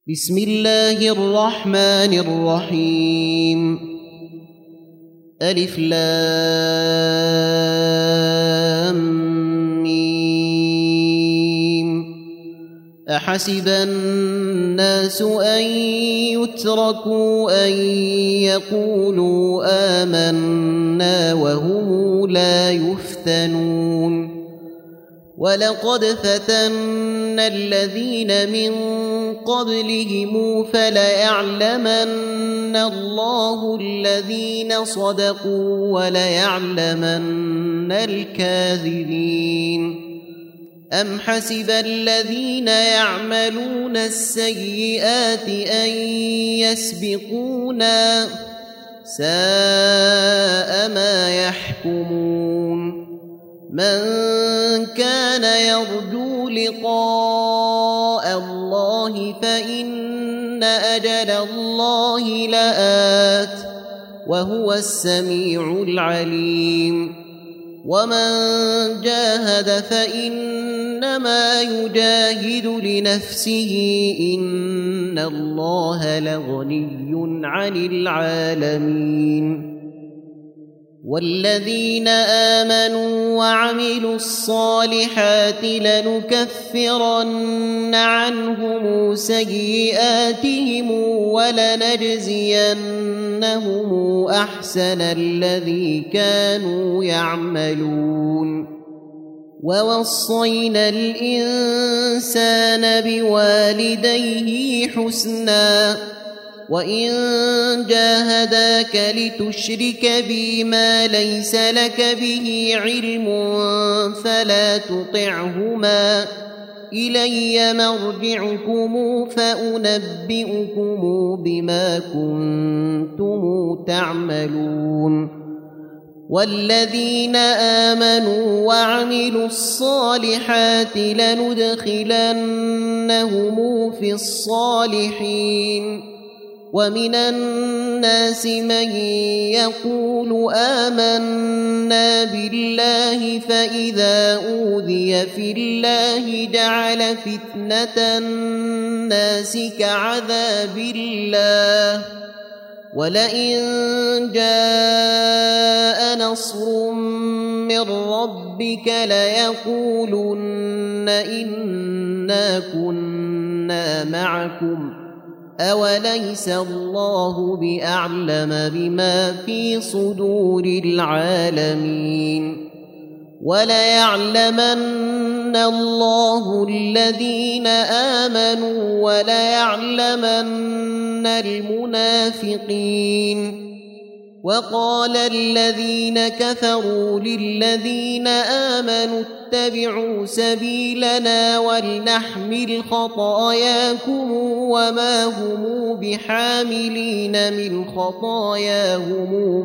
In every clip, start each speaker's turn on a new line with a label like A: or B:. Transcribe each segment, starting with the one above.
A: بسم الله الرحمن الرحيم ألف لام ميم أحسب الناس أن يتركوا أن يقولوا آمنا وهم لا يفتنون ولقد فتنا الذين من قبلهم فليعلمن الله الذين صدقوا وليعلمن الكاذبين أم حسب الذين يعملون السيئات أن يسبقونا ساء ما يحكمون من كان يرجو لقاء الله فإن أجل الله لآت وهو السميع العليم ومن جاهد فإنما يجاهد لنفسه إن الله لغني عن العالمين والذين آمنوا وعملوا الصالحات لنكفرن عنهم سيئاتهم ولنجزينهم أحسن الذي كانوا يعملون ووصينا الإنسان بوالديه حسناً وإن جاهداك لتشرك بي ما ليس لك به علم فلا تطعهما إلي مرجعكم فأنبئكم بما كنتم تعملون والذين آمنوا وعملوا الصالحات لندخلنهم في الصالحين ومن الناس من يقول آمنا بالله فإذا أوذي في الله جعل فتنة الناس كعذاب الله ولئن جاء نصر من ربك ليقولن إنا كنا معكم أوليس الله بأعلم بما في صدور العالمين وليعلمن الله الذين آمنوا وليعلمن المنافقين وقال الذين كفروا للذين آمنوا اتبعوا سبيلنا ولنحمل خطاياكم وما هم بحاملين من خطاياهم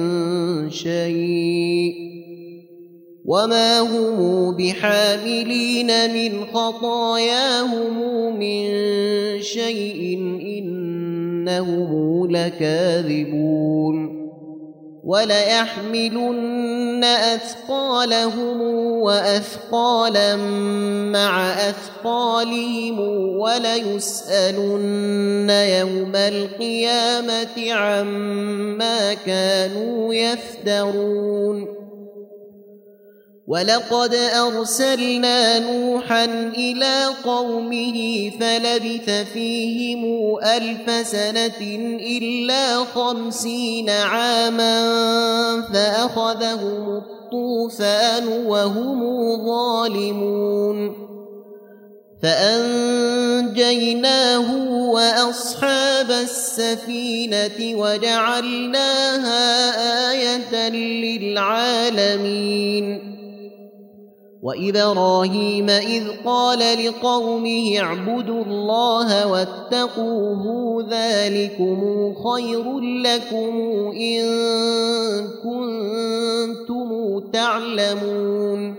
A: من شيء إنهم لكاذبون وليحملن أثقالهم وأثقالا مع أثقالهم وليسألن يوم القيامة عما كانوا يفترون ولقد أرسلنا نوحا إلى قومه فلبث فيهم 1000 سنة إلا 50 عاما فأخذهم الطوفان وهم ظالمون فأنجيناه وأصحاب السفينة وجعلناها آية للعالمين وإبراهيم إذ قال لقومه اعبدوا الله واتقوه ذلكم خير لكم إن كنتم تعلمون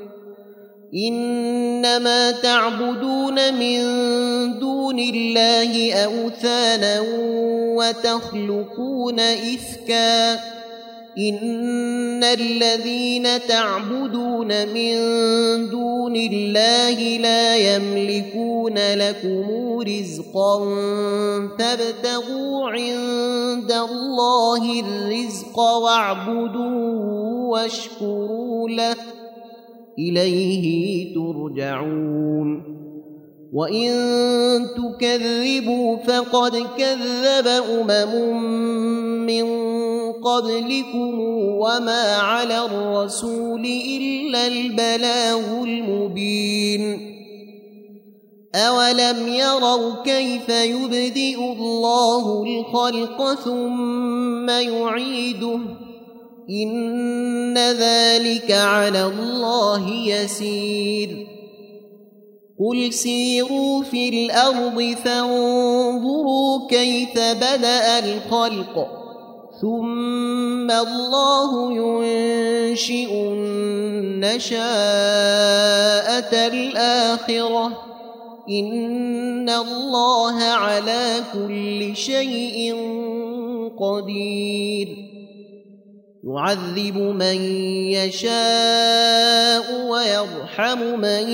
A: إنما تعبدون من دون الله أوثانا وتخلقون إفكا إن الذين تعبدون من دون الله لا يملكون لكم رزقا فابتغوا عند الله الرزق واعبدوه واشكروا له إليه ترجعون وإن تكذبوا فقد كذب من قبلكم وما على الرسول إلا البلاغ المبين أولم يروا كيف يبدئ الله الخلق ثم يعيده إن ذلك على الله يسير قل سيروا في الأرض فانظروا كيف بدأ الخلق ثم الله ينشئ النشاءة الآخرة إن الله على كل شيء قدير يعذب من يشاء ويرحم من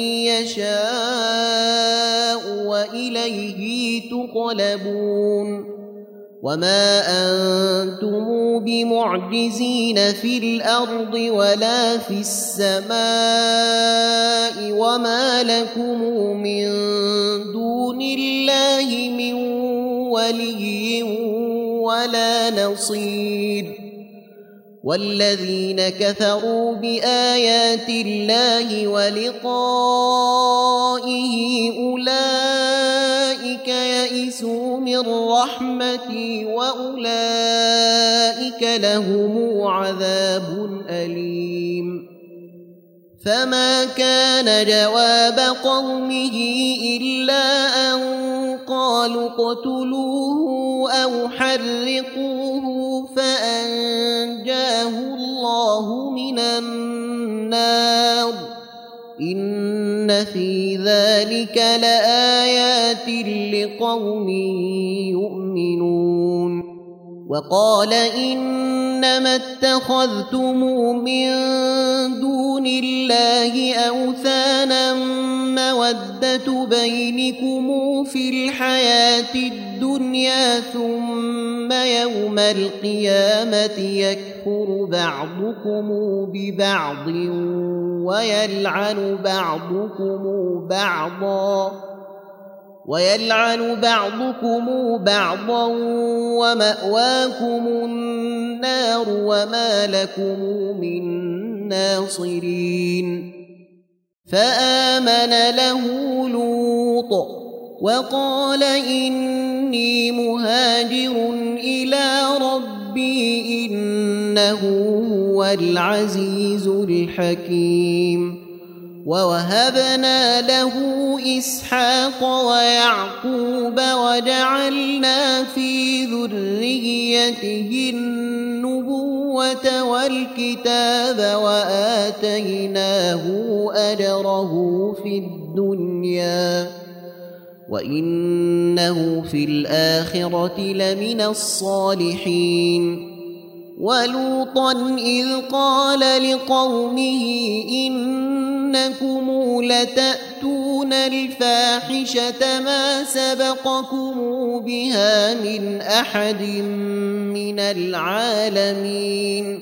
A: يشاء وإليه تقلبون وما أنتم بمعجزين في الأرض ولا في السماء وما لكم من دون الله من ولي ولا نصير والذين كفروا بآيات الله ولقائه أولئك يئسوا من رحمتي وأولئك لهم عذاب أليم فما كان جواب قومه إلا أن قالوا اقتلوه أو حرقوه فأنجاه الله من النار إن في ذلك لآيات لقوم يؤمنون وقال إنما اتخذتم من دون الله أوثانا مودة بينكم في الحياة الدنيا ثم يوم القيامة يكفر بعضكم ببعض ويلعن بعضكم بعضا ومأواكم النار وما لكم من ناصرين فآمن له لوط وقال إني مهاجر إلى ربي إنه هو العزيز الحكيم ووهبنا له إسحاق ويعقوب وجعلنا في ذريته النبوة والكتاب وآتيناه أجره في الدنيا وإنه في الآخرة لمن الصالحين ولوطا إذ قال لقومه إنكم لتأتون الفاحشة ما سبقكم بها من أحد من العالمين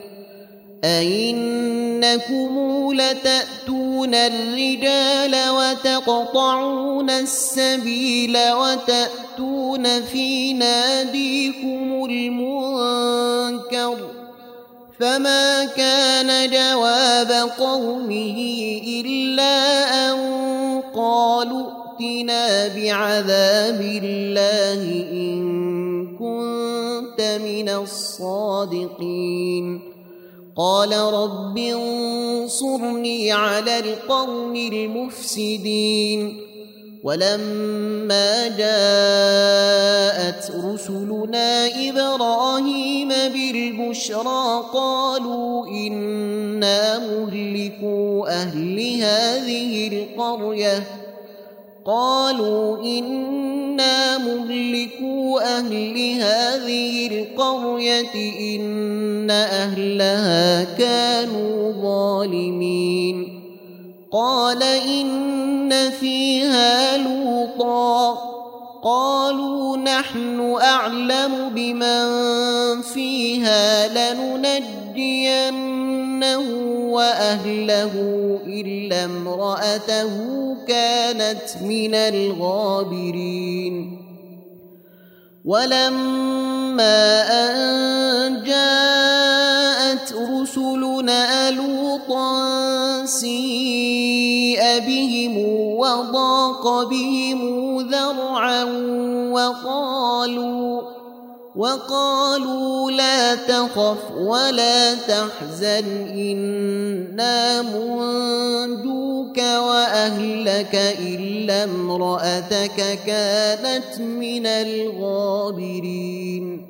A: أئنكم لتأتون الرجال وتقطعون السبيل وتأتون في ناديكم المنكر فما كان جواب قومه إلا أن قالوا ائتنا بعذاب الله إن كنت من الصادقين قال رب انصرني على القوم المفسدين ولما جاءت رسلنا إبراهيم بالبشرى قالوا إنا مهلكو أهل هذه القرية إن إن أهلها كانوا ظالمين قال إن فيها لوطا قالوا نحن أعلم بمن فيها لننجينه وأهله إلا امرأته كانت من الغابرين ولما أن جاءت رسلنا لوطا سيء بهم وضاق بهم ذرعا وقالوا لا تخف ولا تحزن إنا منجوك وأهلك إلا امرأتك كانت من الغابرين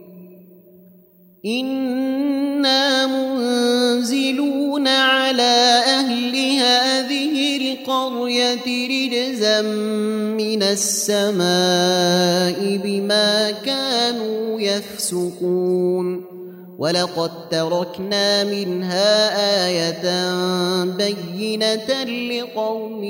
A: إنا منزلون على أهل هذه القرية رجزا من السماء بما كانوا يفسقون ولقد تركنا منها آية بينة لقوم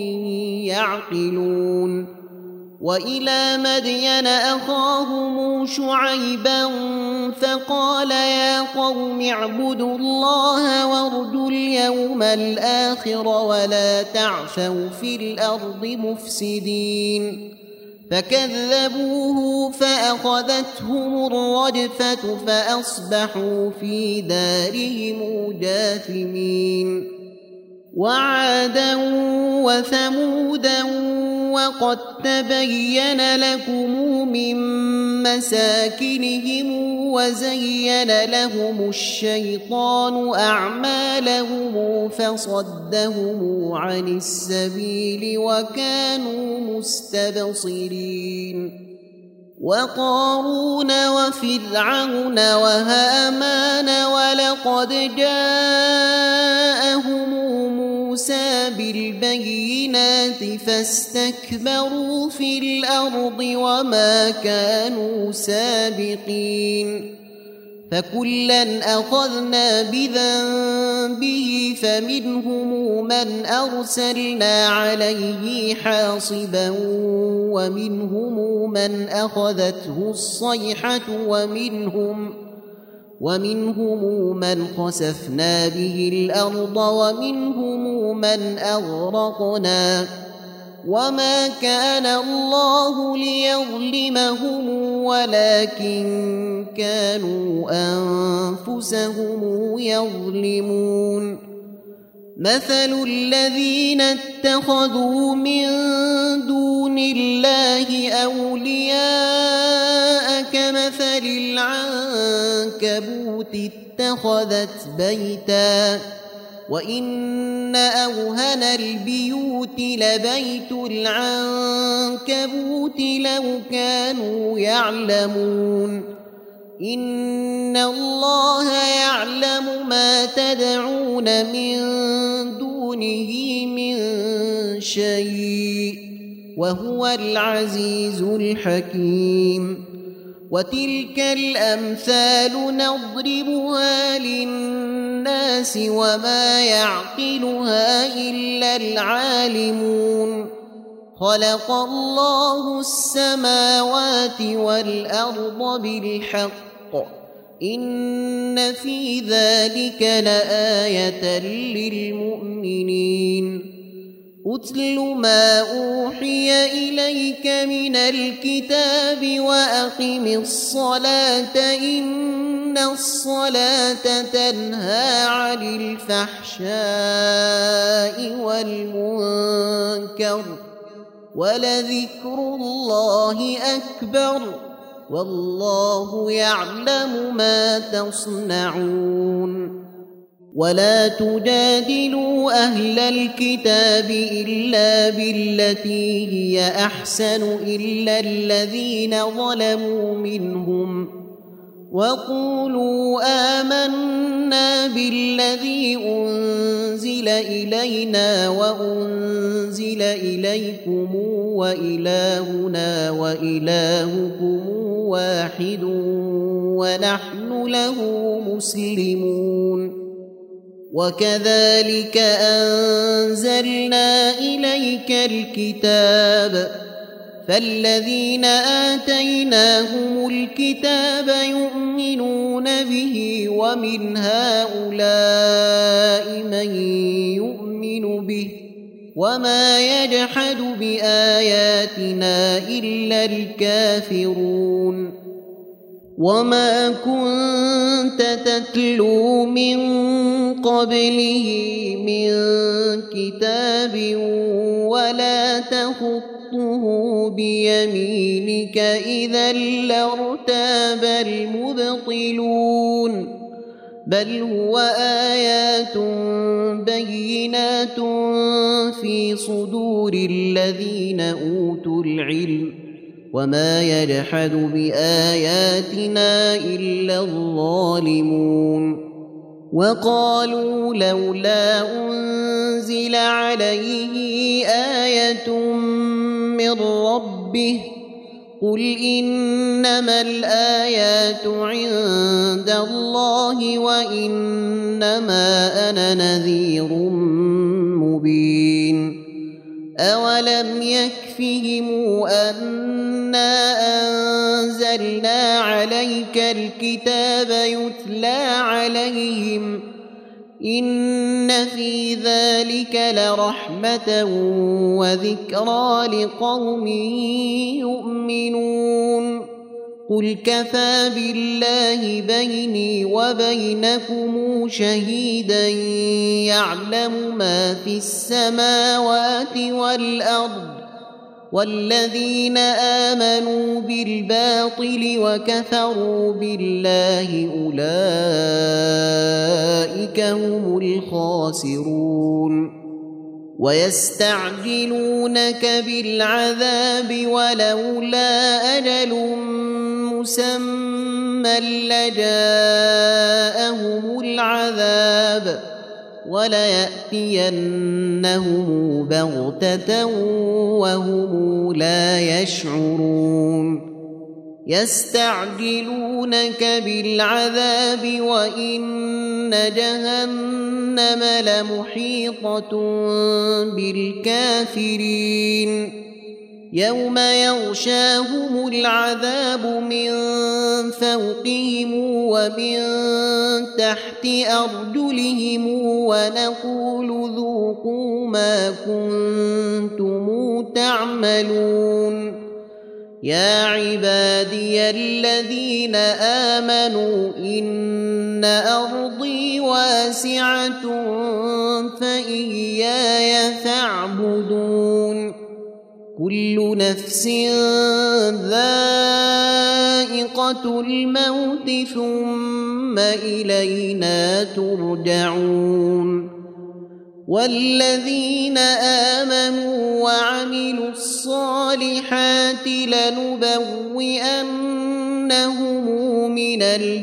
A: يعقلون وإلى مدين أخاهم شعيبا فقال يا قوم اعبدوا الله وارجوا اليوم الآخر ولا تعثوا في الأرض مفسدين فكذبوه فأخذتهم الرجفة فأصبحوا في دارهم جاثمين وعادا وثمودا وقد تبين لكم من مساكنهم وزين لهم الشيطان أعمالهم فصدهم عن السبيل وكانوا مستبصرين وقارون وفرعون وهامان ولقد جاءهم موسى بالبينات فاستكبروا في الأرض وما كانوا سابقين فكلا أخذنا بذنبه فمنهم من أرسلنا عليه حاصبا ومنهم من أخذته الصيحة ومنهم من خسفنا به الأرض ومنهم من أغرقنا وما كان الله ليظلمهم ولكن كانوا أنفسهم يظلمون مثل الذين اتخذوا من دون الله أولياء كمثل العنكبوت اتخذت بيتا وإن أوهن البيوت لبيت العنكبوت لو كانوا يعلمون إن الله يعلم ما تدعون من دونه من شيء وهو العزيز الحكيم وتلك الأمثال نضربها للناس وما يعقلها إلا العالمون خلق الله السماوات والأرض بالحق إن في ذلك لآية للمؤمنين أتل ما أوحي إليك من الكتاب وأقم الصلاة إن الصلاة تنهى عن الفحشاء والمنكر ولذكر الله أكبر والله يعلم ما تصنعون ولا تجادلوا أهل الكتاب إلا بالتي هي أحسن إلا الذين ظلموا منهم وقولوا آمنا بالذي أنزل إلينا وأنزل إليكم وإلهنا وإلهكم واحد ونحن له مسلمون وكذلك أنزلنا إليك الكتاب فالذين آتيناهم الكتاب يؤمنون به ومن هؤلاء من يؤمن به وما يجحد بآياتنا إلا الكافرون وما كنت تتلو من قبله من كتاب ولا تخطه بيمينك إذا لارتاب المبطلون بل هو آيات بينات في صدور الذين أوتوا العلم وما يجحد بآياتنا إلا الظالمون وقالوا لولا أنزل عليه آية من ربه قل إنما الآيات عند الله وإنما أنا نذير مبين أولم يكفهم أنا أنزلنا عليك الكتاب يتلى عليهم إن في ذلك لرحمة وذكرى لقوم يؤمنون قل كفى بالله بيني وبينكم شهيدا يعلم ما في السماوات والأرض والذين آمنوا بالباطل وكفروا بالله أولئك هم الخاسرون ويستعجلونك بالعذاب ولولا أجل مسمى لجاءهم العذاب وليأتينهم بغتة وهم لا يشعرون يستعجلونك بالعذاب وإن جهنم لمحيطة بالكافرين يوم يغشاهم العذاب من فوقهم ومن تحت أرجلهم ونقول ذوقوا ما كنتم تعملون يا عبادي الذين آمنوا إن أرضي واسعة فإياي فاعبدون كل نفس ذائقة الموت ثم إلينا ترجعون والذين آمنوا وعملوا الصالحات لنبوئنهم من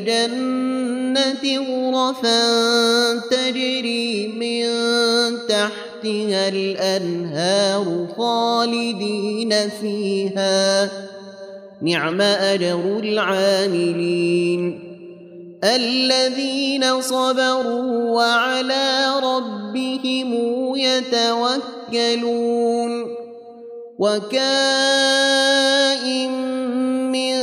A: الجنة غرفا تجري من تحتها الأنهار خالدين فيها نعم أجر العاملين الذين صبروا وعلى ربهم يتوكلون وكائن من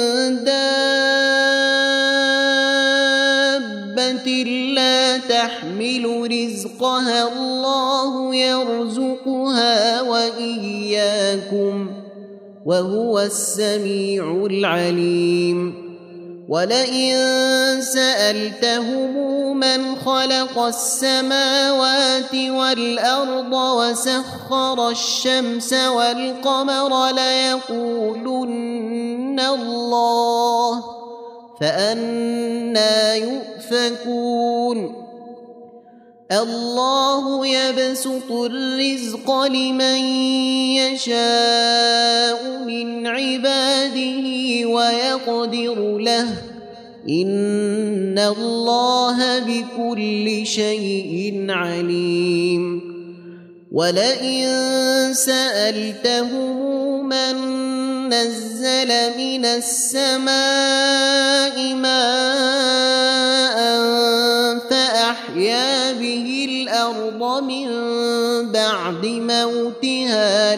A: دابة لا تحمل رزقها الله يرزقها وإياكم وهو السميع العليم ولئن سألتهم من خلق السماوات والأرض وسخر الشمس والقمر ليقولن الله فأنى يؤفكون الله يبسط الرزق لمن يشاء من عباده ويقدر له إن الله بكل شيء عليم ولئن سألتهم من نزل من السماء ماء فأحيا به الأرض من بعد موتها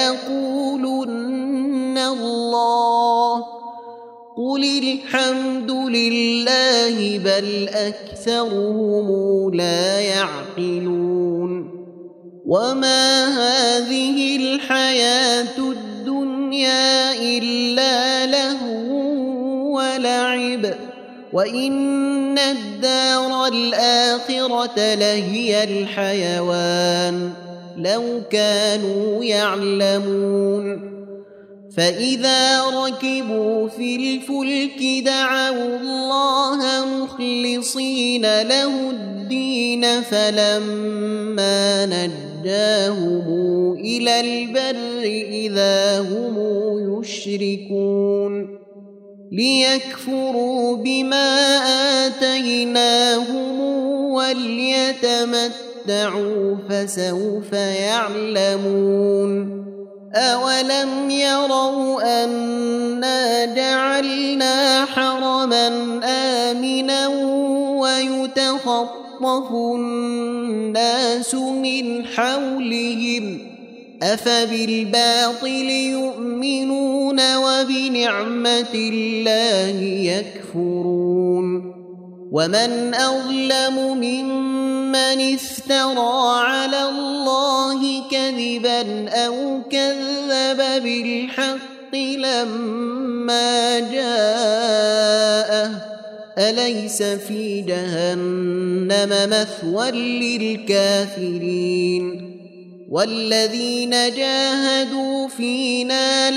A: ليقولن الله قل الحمد لله بل أكثرهم لا يعقلون وما هذه الحياة الدنيا إلا لهو ولعب وإن الدار الآخرة لهي الحيوان لو كانوا يعلمون فإذا ركبوا في الفلك دعوا الله مخلصين له الدين فلما نجاهم إلى البر إذا هم يشركون ليكفروا بما آتيناهم وليتمتعوا فسوف يعلمون أولم يروا أنا جعلنا حرما آمنا ويتخطف الناس من حولهم أفبالباطل يؤمنون وبنعمة الله يكفرون ومن أظلم ممن افترى على الله كذبا أو كذب بالحق لما جاءه أليس في جهنم مثوى للكافرين والذين جاهدوا فينا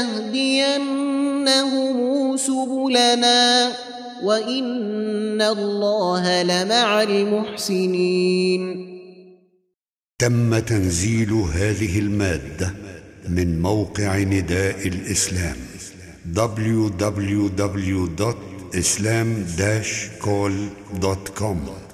A: لنهدينهم سبلنا وإن الله لمع المحسنين.
B: تم تنزيل هذه المادة من موقع نداء الإسلام www.islam-call.com